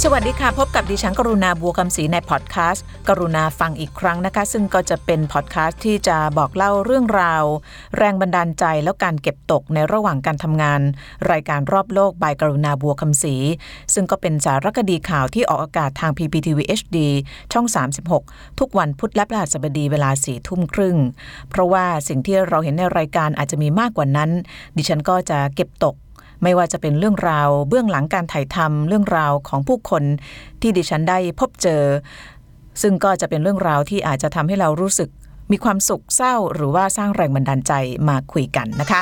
สวัสดีค่ะพบกับดิฉันกรุณาบัวคำศรีในพอดแคสต์กรุณาฟังอีกครั้งนะคะซึ่งก็จะเป็นพอดแคสต์ที่จะบอกเล่าเรื่องราวแรงบันดาลใจแล้วการเก็บตกในระหว่างการทำงานรายการรอบโลก by กรุณาบัวคำศรีซึ่งก็เป็นสารคดีข่าวที่ออกอากาศทาง PPTV HD ช่อง36ทุกวันพุธและพฤหัสบดีเวลา 4 ทุ่มครึ่งเพราะว่าสิ่งที่เราเห็นในรายการอาจจะมีมากกว่านั้นดิฉันก็จะเก็บตกไม่ว่าจะเป็นเรื่องราวเบื้องหลังการถ่ายทำเรื่องราวของผู้คนที่ดิฉันได้พบเจอซึ่งก็จะเป็นเรื่องราวที่อาจจะทำให้เรารู้สึกมีความสุขเศร้าหรือว่าสร้างแรงบันดาลใจมาคุยกันนะคะ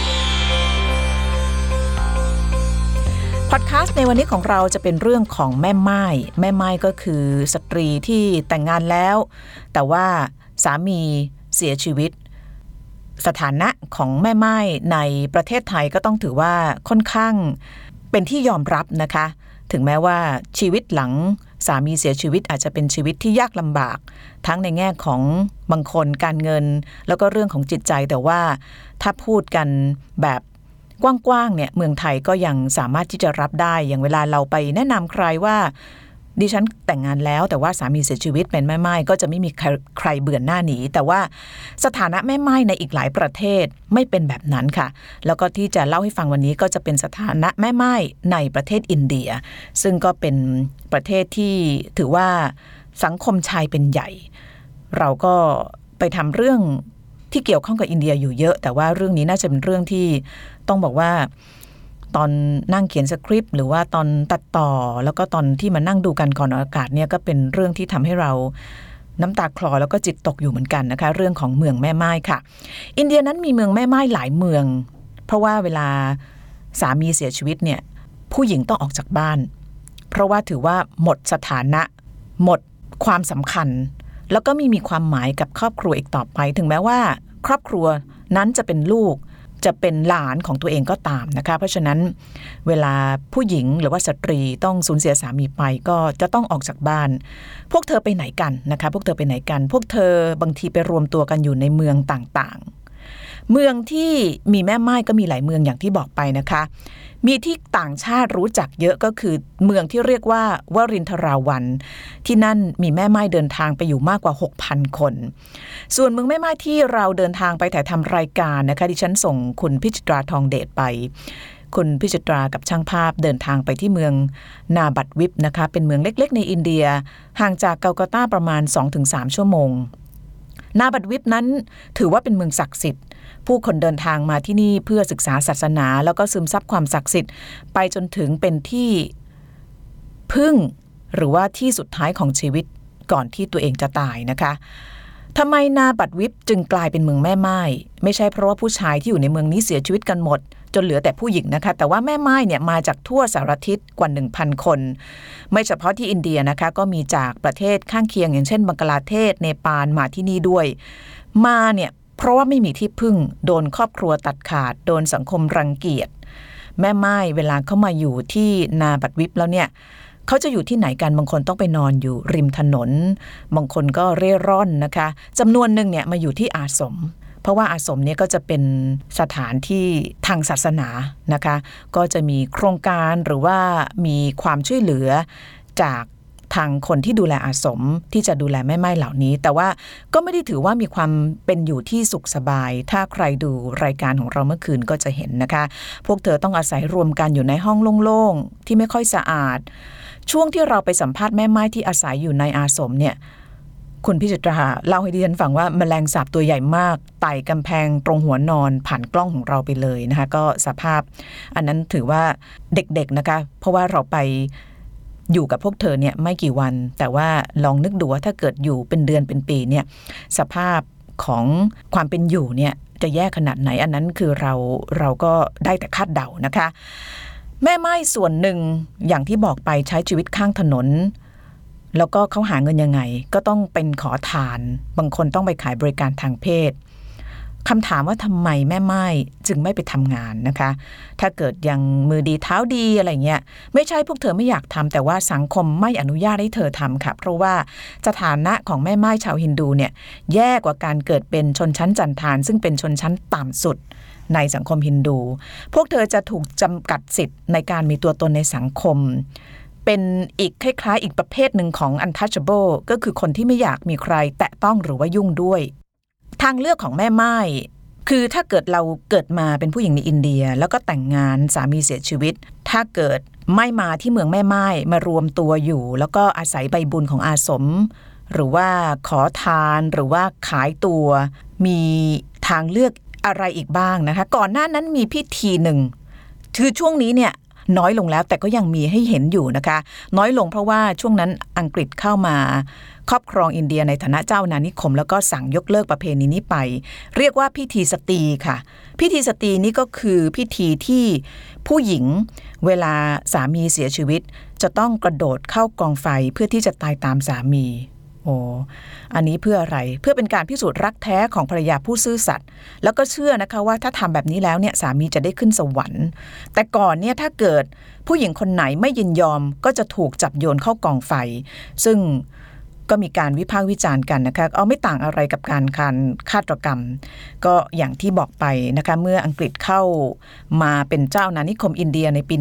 พอดแคสต์ในวันนี้ของเราจะเป็นเรื่องของแม่ม่ายแม่ม่ายก็คือสตรีที่แต่งงานแล้วแต่ว่าสามีเสียชีวิตสถานะของแม่ม่ายในประเทศไทยก็ต้องถือว่าค่อนข้างเป็นที่ยอมรับนะคะถึงแม้ว่าชีวิตหลังสามีเสียชีวิตอาจจะเป็นชีวิตที่ยากลำบากทั้งในแง่ของบางคนการเงินแล้วก็เรื่องของจิตใจแต่ว่าถ้าพูดกันแบบกว้างๆเนี่ยเมืองไทยก็ยังสามารถที่จะรับได้อย่างเวลาเราไปแนะนำใครว่าดิฉันแต่งงานแล้วแต่ว่าสามีเสียชีวิตเป็นแม่ม่ายก็จะไม่มีใครเบื่อหน้าหนีแต่ว่าสถานะแม่ม่ายในอีกหลายประเทศไม่เป็นแบบนั้นค่ะแล้วก็ที่จะเล่าให้ฟังวันนี้ก็จะเป็นสถานะแม่ม่ายในประเทศอินเดียซึ่งก็เป็นประเทศที่ถือว่าสังคมชายเป็นใหญ่เราก็ไปทำเรื่องที่เกี่ยวข้องกับอินเดียอยู่เยอะแต่ว่าเรื่องนี้น่าจะเป็นเรื่องที่ต้องบอกว่าตอนนั่งเขียนสคริปต์หรือว่าตอนตัดต่อแล้วก็ตอนที่มานั่งดูกันก่อนออกอากาศเนี่ยก็เป็นเรื่องที่ทำให้เราน้ำตาคลอแล้วก็จิตตกอยู่เหมือนกันนะคะเรื่องของเมืองแม่ม่ายค่ะอินเดียนั้นมีเมืองแม่ม่ายหลายเมืองเพราะว่าเวลาสามีเสียชีวิตเนี่ยผู้หญิงต้องออกจากบ้านเพราะว่าถือว่าหมดสถานะหมดความสำคัญแล้วก็ไม่มีความหมายกับครอบครัวอีกต่อไปถึงแม้ว่าครอบครัวนั้นจะเป็นลูกจะเป็นหลานของตัวเองก็ตามนะคะเพราะฉะนั้นเวลาผู้หญิงหรือว่าสตรีต้องสูญเสียสามีไปก็จะต้องออกจากบ้านพวกเธอไปไหนกันนะคะพวกเธอไปไหนกันพวกเธอบางทีไปรวมตัวกันอยู่ในเมืองต่างๆเมืองที่มีแม่ม่ายก็มีหลายเมืองอย่างที่บอกไปนะคะมีที่ต่างชาติรู้จักเยอะก็คือเมืองที่เรียกว่าวรินทราวันที่นั่นมีแม่ม่ายเดินทางไปอยู่มากกว่า 6,000 คนส่วนเมืองแม่ม่ายที่เราเดินทางไปถ่ายทำรายการนะคะดิฉันส่งคุณพิจิตราทองเดชไปคุณพิจิตรากับช่างภาพเดินทางไปที่เมืองนาบัตวิปนะคะเป็นเมืองเล็กๆในอินเดียห่างจากกัลกัตตาประมาณ 2-3 ชั่วโมงนาบัตวิปนั้นถือว่าเป็นเมืองศักดิ์สิทธิ์ผู้คนเดินทางมาที่นี่เพื่อศึกษาศาสนาแล้วก็ซึมซับความศักดิ์สิทธิ์ไปจนถึงเป็นที่พึ่งหรือว่าที่สุดท้ายของชีวิตก่อนที่ตัวเองจะตายนะคะทำไมนาบัตวิปจึงกลายเป็นเมืองแม่ม่ายไม่ใช่เพราะว่าผู้ชายที่อยู่ในเมืองนี้เสียชีวิตกันหมดจนเหลือแต่ผู้หญิงนะคะแต่ว่าแม่ม่ายเนี่ยมาจากทั่วสารทิศกว่า 1,000 คนไม่เฉพาะที่อินเดียนะคะก็มีจากประเทศข้างเคียงอย่างเช่นบังกลาเทศเนปาลมาที่นี่ด้วยมาเนี่ยเพราะว่าไม่มีที่พึ่งโดนครอบครัวตัดขาดโดนสังคมรังเกียจแม่ม่ายเวลาเข้ามาอยู่ที่นาบัตวิปแล้วเนี่ยเขาจะอยู่ที่ไหนกันบางคนต้องไปนอนอยู่ริมถนนบางคนก็เร่ร่อนนะคะจำนวนหนึ่งเนี่ยมาอยู่ที่อาสมเพราะว่าอาสมเนี่ยก็จะเป็นสถานที่ทางศาสนานะคะก็จะมีโครงการหรือว่ามีความช่วยเหลือจากทางคนที่ดูแลอาสมที่จะดูแลแม่ม่ายเหล่านี้แต่ว่าก็ไม่ได้ถือว่ามีความเป็นอยู่ที่สุขสบายถ้าใครดูรายการของเราเมื่อคืนก็จะเห็นนะคะพวกเธอต้องอาศัยรวมกันอยู่ในห้องโล่งๆที่ไม่ค่อยสะอาดช่วงที่เราไปสัมภาษณ์แม่ม่ายที่อาศัยอยู่ในอาสมเนี่ยคุณพิจิตราเล่าให้ดิฉันฟังว่าแมลงสาบตัวใหญ่มากไต่กำแพงตรงหัวนอนผ่านกล้องของเราไปเลยนะคะก็สภาพอันนั้นถือว่าเด็กๆนะคะเพราะว่าเราไปอยู่กับพวกเธอเนี่ยไม่กี่วันแต่ว่าลองนึกดูว่าถ้าเกิดอยู่เป็นเดือนเป็นปีเนี่ยสภาพของความเป็นอยู่เนี่ยจะแย่ขนาดไหนอันนั้นคือเราก็ได้แต่คาดเดานะคะแม่ม่ายส่วนหนึ่งอย่างที่บอกไปใช้ชีวิตข้างถนนแล้วก็เขาหาเงินยังไงก็ต้องเป็นขอทานบางคนต้องไปขายบริการทางเพศคำถามว่าทำไมแม่ม่ายจึงไม่ไปทำงานนะคะถ้าเกิดยังมือดีเท้าดีอะไรเงี้ยไม่ใช่พวกเธอไม่อยากทำแต่ว่าสังคมไม่อนุญาตให้เธอทำค่ะเพราะว่าสถานะของแม่ม่ายชาวฮินดูเนี่ยแย่กว่าการเกิดเป็นชนชั้นจันทานซึ่งเป็นชนชั้นต่ำสุดในสังคมฮินดูพวกเธอจะถูกจำกัดสิทธิ์ในการมีตัวตนในสังคมเป็นอีกคล้ายๆอีกประเภทหนึ่งของ untouchable ก็คือคนที่ไม่อยากมีใครแตะต้องหรือว่ายุ่งด้วยทางเลือกของแม่ไม้คือถ้าเกิดเราเกิดมาเป็นผู้หญิงในอินเดียแล้วก็แต่งงานสามีเสียชีวิตถ้าเกิดไม่มาที่เมืองแม่ไม้มารวมตัวอยู่แล้วก็อาศัยใบบุญของอาสมหรือว่าขอทานหรือว่าขายตัวมีทางเลือกอะไรอีกบ้างนะคะก่อนหน้านั้นมีพิธีหนึ่งคือช่วงนี้เนี่ยน้อยลงแล้วแต่ก็ยังมีให้เห็นอยู่นะคะน้อยลงเพราะว่าช่วงนั้นอังกฤษเข้ามาครอบครองอินเดียในฐานะเจ้าอาณานิคมแล้วก็สั่งยกเลิกประเพณีนี้ไปเรียกว่าพิธีสตรีค่ะพิธีสตรีนี้ก็คือพิธีที่ผู้หญิงเวลาสามีเสียชีวิตจะต้องกระโดดเข้ากองไฟเพื่อที่จะตายตามสามีอันนี้เพื่ออะไรเพื่อเป็นการพิสูจน์รักแท้ของภรรยาผู้ซื่อสัตย์แล้วก็เชื่อนะคะว่าถ้าทำแบบนี้แล้วเนี่ยสามีจะได้ขึ้นสวรรค์แต่ก่อนเนี่ยถ้าเกิดผู้หญิงคนไหนไม่ยินยอมก็จะถูกจับโยนเข้ากองไฟซึ่งก็มีการวิพากษ์วิจารณ์กันนะคะเอาไม่ต่างอะไรกับการฆาตกรรมก็อย่างที่บอกไปนะคะเมื่ออังกฤษเข้ามาเป็นเจ้าอาณานิคมอินเดียในปี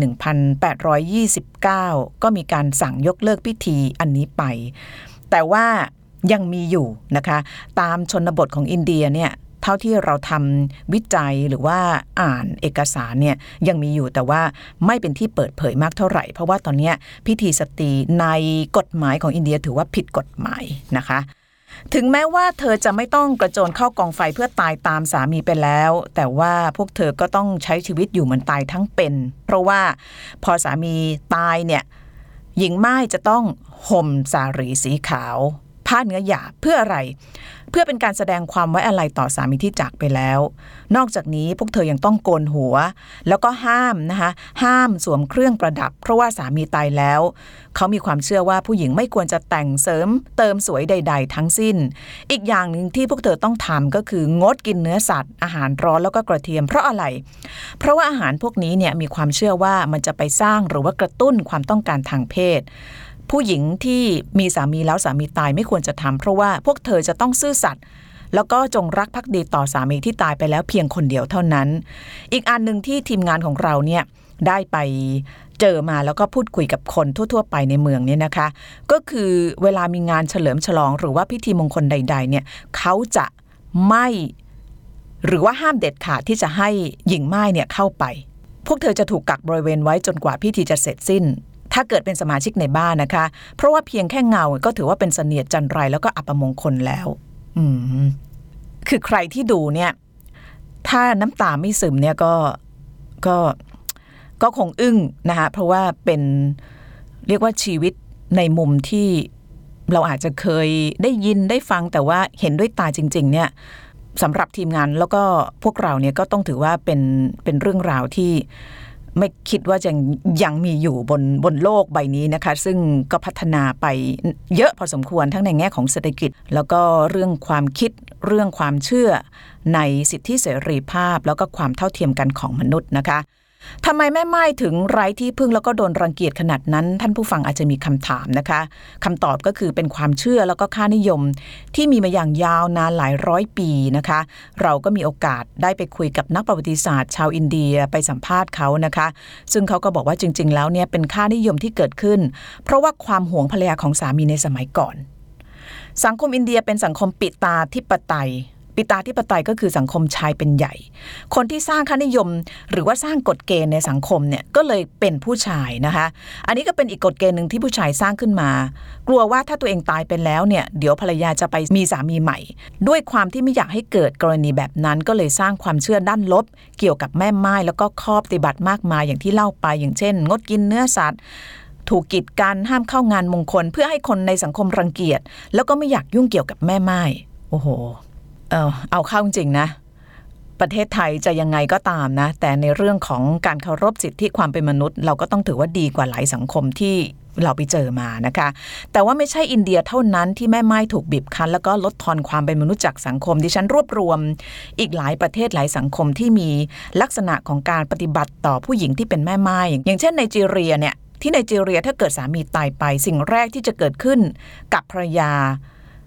1829 ก็มีการสั่งยกเลิกพิธีอันนี้ไปแต่ว่ายังมีอยู่นะคะตามชนบทของอินเดียเนี่ยเท่าที่เราทำวิจัยหรือว่าอ่านเอกสารเนี่ยยังมีอยู่แต่ว่าไม่เป็นที่เปิดเผยมากเท่าไหร่เพราะว่าตอนนี้พิธีสตรีในกฎหมายของอินเดียถือว่าผิดกฎหมายนะคะถึงแม้ว่าเธอจะไม่ต้องกระโจนเข้ากองไฟเพื่อตายตามสามีไปแล้วแต่ว่าพวกเธอก็ต้องใช้ชีวิตอยู่เหมือนตายทั้งเป็นเพราะว่าพอสามีตายเนี่ยหญิงม่ายจะต้องห่มสารีสีขาวผ้าเนื้อหยาบเพื่ออะไรเพื่อเป็นการแสดงความไว้อาลัยต่อสามีที่จากไปแล้วนอกจากนี้พวกเธอยังต้องโกนหัวแล้วก็ห้ามสวมเครื่องประดับเพราะว่าสามีตายแล้วเขามีความเชื่อว่าผู้หญิงไม่ควรจะแต่งเสริมเติมสวยใดๆทั้งสิ้นอีกอย่างหนึ่งที่พวกเธอต้องทำก็คืองดกินเนื้อสัตว์อาหารร้อนแล้วก็กระเทียมเพราะอะไรเพราะว่าอาหารพวกนี้เนี่ยมีความเชื่อว่ามันจะไปสร้างหรือว่ากระตุ้นความต้องการทางเพศผู้หญิงที่มีสามีแล้วสามีตายไม่ควรจะทำเพราะว่าพวกเธอจะต้องซื่อสัตย์แล้วก็จงรักภักดีต่อสามีที่ตายไปแล้วเพียงคนเดียวเท่านั้นอีกอันนึงที่ทีมงานของเราเนี่ยได้ไปเจอมาแล้วก็พูดคุยกับคนทั่วๆไปในเมืองเนี่ยนะคะก็คือเวลามีงานเฉลิมฉลองหรือว่าพิธีมงคลใดๆเนี่ยเขาจะไม่หรือว่าห้ามเด็ดขาดที่จะให้หญิงม่ายเนี่ยเข้าไปพวกเธอจะถูกกักบริเวณไว้จนกว่าพิธีจะเสร็จสิ้นถ้าเกิดเป็นสมาชิกในบ้านนะคะเพราะว่าเพียงแค่เงาก็ถือว่าเป็นเสนียดจันไรแล้วก็อัปมงคลแล้วคือใครที่ดูเนี่ยถ้าน้ำตาไม่ซึมเนี่ยก็คงอึ้งนะคะเพราะว่าเป็นเรียกว่าชีวิตในมุมที่เราอาจจะเคยได้ยินได้ฟังแต่ว่าเห็นด้วยตาจริงๆเนี่ยสำหรับทีมงานแล้วก็พวกเราเนี่ยก็ต้องถือว่าเป็นเรื่องราวที่ไม่คิดว่ายังมีอยู่บนโลกใบนี้นะคะซึ่งก็พัฒนาไปเยอะพอสมควรทั้งในแง่ของเศรษฐกิจแล้วก็เรื่องความคิดเรื่องความเชื่อในสิทธิเสรีภาพแล้วก็ความเท่าเทียมกันของมนุษย์นะคะทำไมแม่ไม้ถึงไร้ที่พึ่งแล้วก็โดนรังเกียจขนาดนั้นท่านผู้ฟังอาจจะมีคำถามนะคะคำตอบก็คือเป็นความเชื่อแล้วก็ค่านิยมที่มีมาอย่างยาวนานหลายร้อยปีนะคะเราก็มีโอกาสได้ไปคุยกับนักประวัติศาสตร์ชาวอินเดียไปสัมภาษณ์เขานะคะซึ่งเขาก็บอกว่าจริงๆแล้วเนี่ยเป็นค่านิยมที่เกิดขึ้นเพราะว่าความหวงภรรยาของสามีในสมัยก่อนสังคมอินเดียเป็นสังคมปิตาธิปไตยก็คือสังคมชายเป็นใหญ่คนที่สร้างค่านิยมหรือว่าสร้างกฎเกณฑ์ในสังคมเนี่ยก็เลยเป็นผู้ชายนะคะอันนี้ก็เป็นอีกกฎเกณฑ์นึงที่ผู้ชายสร้างขึ้นมากลัวว่าถ้าตัวเองตายไปแล้วเนี่ยเดี๋ยวภรรยาจะไปมีสามีใหม่ด้วยความที่ไม่อยากให้เกิดกรณีแบบนั้นก็เลยสร้างความเชื่อด้านลบเกี่ยวกับแม่ไม้แล้วก็ข้อปฏิบัติมากมายอย่างที่เล่าไปอย่างเช่นงดกินเนื้อสัตว์ถูกกีดกันห้ามเข้างานมงคลเพื่อให้คนในสังคมรังเกียจแล้วก็ไม่อยากยุ่งเกี่ยวกับแม่ไม้โอ้โหเอาเข้าจริงนะประเทศไทยจะยังไงก็ตามนะแต่ในเรื่องของการเคารพสิทธิความเป็นมนุษย์เราก็ต้องถือว่าดีกว่าหลายสังคมที่เราไปเจอมานะคะแต่ว่าไม่ใช่อินเดียเท่านั้นที่แม่ไม้ถูกบีบคั้นแล้วก็ลดทอนความเป็นมนุษย์จากสังคมดิฉันรวบรวมอีกหลายประเทศหลายสังคมที่มีลักษณะของการปฏิบัติต่อผู้หญิงที่เป็นแม่ไม้อย่างเช่นไนจีเรียเนี่ยที่ไนจีเรียถ้าเกิดสามีตายไปสิ่งแรกที่จะเกิดขึ้นกับภรรยา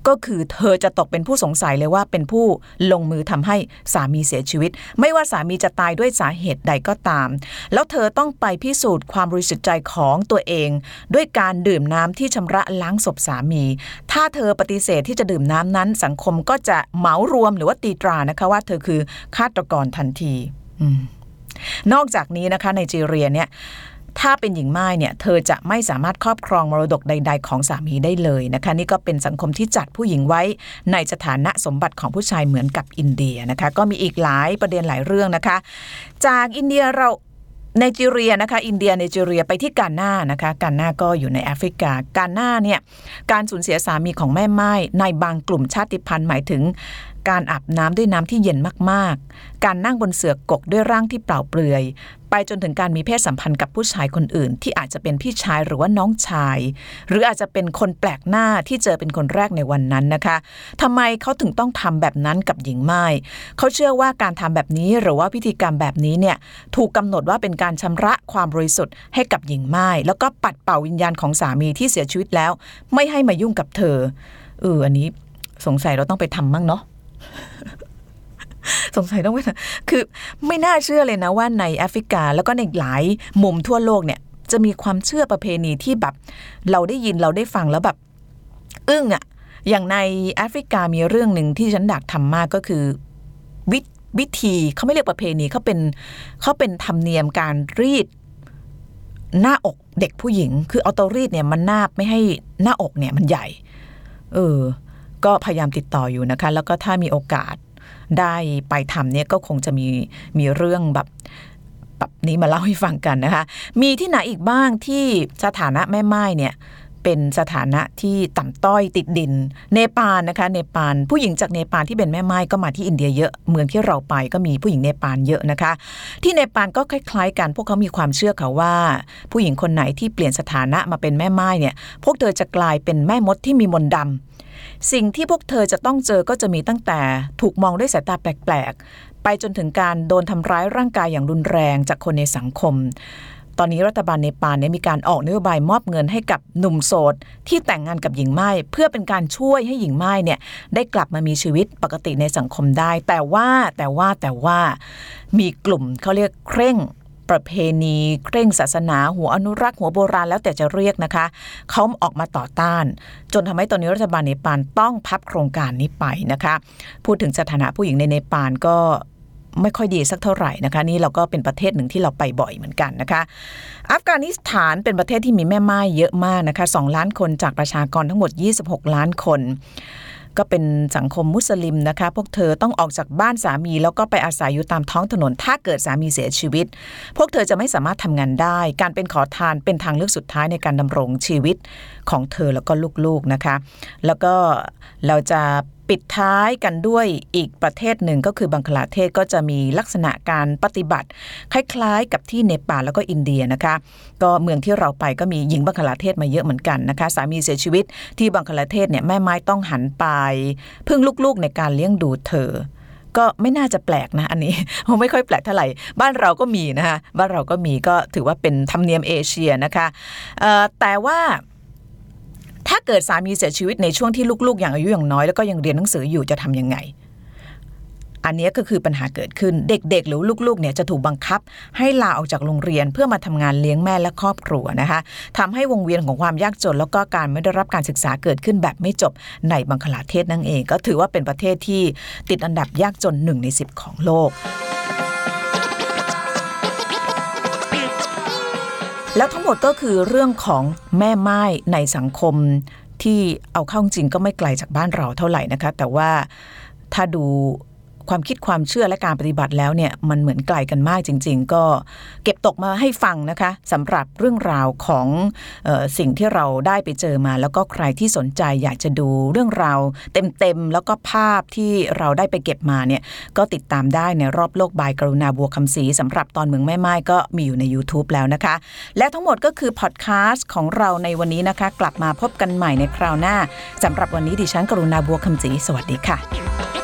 ก็คือเธอจะตกเป็นผู้สงสัยเลยว่าเป็นผู้ลงมือทำให้สามีเสียชีวิตไม่ว่าสามีจะตายด้วยสาเหตุใดก็ตามแล้วเธอต้องไปพิสูจน์ความบริสุทธิ์ใจของตัวเองด้วยการดื่มน้ำที่ชำระล้างศพสามีถ้าเธอปฏิเสธที่จะดื่มน้ำนั้นสังคมก็จะเหมารวมหรือว่าตีตรานะคะว่าเธอคือฆาตกรทันทีนอกจากนี้นะคะไนจีเรียเนี่ยถ้าเป็นหญิงม่ายเนี่ยเธอจะไม่สามารถครอบครองมรดกใดๆของสามีได้เลยนะคะนี่ก็เป็นสังคมที่จัดผู้หญิงไว้ในสถานะสมบัติของผู้ชายเหมือนกับอินเดียนะคะก็มีอีกหลายประเด็นหลายเรื่องนะคะจากอินเดียเราไนจีเรียนะคะอินเดียไนจีเรียไปที่กาน่านะคะกาน่าก็อยู่ในแอฟริกากาน่าเนี่ยการสูญเสียสามีของแม่ม่ายในบางกลุ่มชาติพันธุ์หมายถึงการอาบน้ำด้วยน้ำที่เย็นมากๆการนั่งบนเสื่อกกด้วยร่างที่เปล่าเปลือยไปจนถึงการมีเพศสัมพันธ์กับผู้ชายคนอื่นที่อาจจะเป็นพี่ชายหรือว่าน้องชายหรืออาจจะเป็นคนแปลกหน้าที่เจอเป็นคนแรกในวันนั้นนะคะทำไมเขาถึงต้องทำแบบนั้นกับหญิงม่ายเขาเชื่อว่าการทำแบบนี้หรือว่าพิธีกรรมแบบนี้เนี่ยถูกกำหนดว่าเป็นการชำระความบริสุทธิ์ให้กับหญิงม่ายแล้วก็ปัดเป่าวิญญาณของสามีที่เสียชีวิตแล้วไม่ให้มายุ่งกับเธออันนี้สงสัยเราต้องไปทำมั้งเนาะสงสัยต้องไปคือไม่น่าเชื่อเลยนะว่าในแอฟริกาแล้วก็ในหลายมุมทั่วโลกเนี่ยจะมีความเชื่อประเพณีที่แบบเราได้ยินเราได้ฟังแล้วแบบอึ้งอะอย่างในแอฟริกามีเรื่องหนึ่งที่ฉันอยากทำมากก็คือวิธีเขาไม่เรียกประเพณีเขาเป็นธรรมเนียมการรีดหน้าอกเด็กผู้หญิงคือเอาเตารีดเนี่ยมันนาบไม่ให้หน้าอกเนี่ยมันใหญ่ก็พยายามติดต่ออยู่นะคะแล้วก็ถ้ามีโอกาสได้ไปทำเนี่ยก็คงจะมีเรื่องแบบนี้มาเล่าให้ฟังกันนะคะมีที่ไหนอีกบ้างที่สถานะแม่ม่ายเนี่ยเป็นสถานะที่ต่ำต้อยติดดินเนปาลนะคะเนปาลผู้หญิงจากเนปาลที่เป็นแม่ม่ายก็มาที่อินเดียเยอะเมืองที่เราไปก็มีผู้หญิงเนปาลเยอะนะคะที่เนปาลก็คล้ายๆกันพวกเขามีความเชื่อค่ะว่าผู้หญิงคนไหนที่เปลี่ยนสถานะมาเป็นแม่ม่ายเนี่ยพวกเธอจะกลายเป็นแม่มดที่มีมนต์ดำสิ่งที่พวกเธอจะต้องเจอก็จะมีตั้งแต่ถูกมองด้วยสายตาแปลกๆไปจนถึงการโดนทำร้ายร่างกายอย่างรุนแรงจากคนในสังคมตอนนี้รัฐบาลเนปาลเนี่ยมีการออกนโยบายมอบเงินให้กับหนุ่มโสดที่แต่งงานกับหญิงม่ายเพื่อเป็นการช่วยให้หญิงม่ายเนี่ยได้กลับมามีชีวิตปกติในสังคมได้แต่ว่ามีกลุ่มเขาเรียกเคร่งประเพณีเคร่งศาสนาหัวอนุรักษ์หัวโบราณแล้วแต่จะเรียกนะคะเขาออกมาต่อต้านจนทำให้ตอนนี้รัฐบาลเนปาลต้องพับโครงการนี้ไปนะคะพูดถึงสถานะผู้หญิงในเนปาลก็ไม่ค่อยดีสักเท่าไหร่นะคะนี่เราก็เป็นประเทศหนึ่งที่เราไปบ่อยเหมือนกันนะคะอัฟกานิสถานเป็นประเทศที่มีแม่ม่ายเยอะมากนะคะ2 ล้านคนจากประชากรทั้งหมด26 ล้านคนก็เป็นสังคมมุสลิมนะคะพวกเธอต้องออกจากบ้านสามีแล้วก็ไปอาศัยอยู่ตามท้องถนนถ้าเกิดสามีเสียชีวิตพวกเธอจะไม่สามารถทำงานได้การเป็นขอทานเป็นทางเลือกสุดท้ายในการดำรงชีวิตของเธอแล้วก็ลูกๆนะคะแล้วก็เราจะปิดท้ายกันด้วยอีกประเทศหนึ่งก็คือบังคลาเทศก็จะมีลักษณะการปฏิบัติคล้ายๆกับที่เนปาลแล้วก็อินเดียนะคะก็เมืองที่เราไปก็มีหญิงบังคลาเทศมาเยอะเหมือนกันนะคะสามีเสียชีวิตที่บังคลาเทศเนี่ยแม่ไม้ต้องหันไปพึ่งลูกๆในการเลี้ยงดูเธอก็ไม่น่าจะแปลกนะอันนี้ไม่ค่อยแปลกเท่าไหร่บ้านเราก็มีนะคะบ้านเราก็มีก็ถือว่าเป็นธรรมเนียมเอเชียนะคะแต่ว่าถ้าเกิดสามีเสียชีวิตในช่วงที่ลูกๆอย่างอายุอย่างน้อยแล้วก็ยังเรียนหนังสืออยู่จะทำยังไงอันนี้ก็คือปัญหาเกิดขึ้นเด็กๆหรือลูกๆเนี่ยจะถูกบังคับให้ลาออกจากโรงเรียนเพื่อมาทำงานเลี้ยงแม่และครอบครัวนะคะทำให้วงเวียนของความยากจนแล้วก็การไม่ได้รับการศึกษาเกิดขึ้นแบบไม่จบในบังคลาเทศนั่นเองก็ถือว่าเป็นประเทศที่ติดอันดับยากจน1 ใน 10ของโลกแล้วทั้งหมดก็คือเรื่องของแม่ม่ายในสังคมที่เอาเข้าจริงก็ไม่ไกลจากบ้านเราเท่าไหร่นะคะแต่ว่าถ้าดูความคิดความเชื่อและการปฏิบัติแล้วเนี่ยมันเหมือนไกลกันมากจริงๆก็เก็บตกมาให้ฟังนะคะสำหรับเรื่องราวของสิ่งที่เราได้ไปเจอมาแล้วก็ใครที่สนใจอยากจะดูเรื่องราวเต็มๆแล้วก็ภาพที่เราได้ไปเก็บมาเนี่ยก็ติดตามได้ในรอบโลกบายกรุณาบัวคำศรีสำหรับตอนเมืองแม่ไม้ก็มีอยู่ใน YouTube แล้วนะคะและทั้งหมดก็คือพอดแคสต์ของเราในวันนี้นะคะกลับมาพบกันใหม่ในคราวหน้าสำหรับวันนี้ดิฉันกรุณาบัวคำศรีสวัสดีค่ะ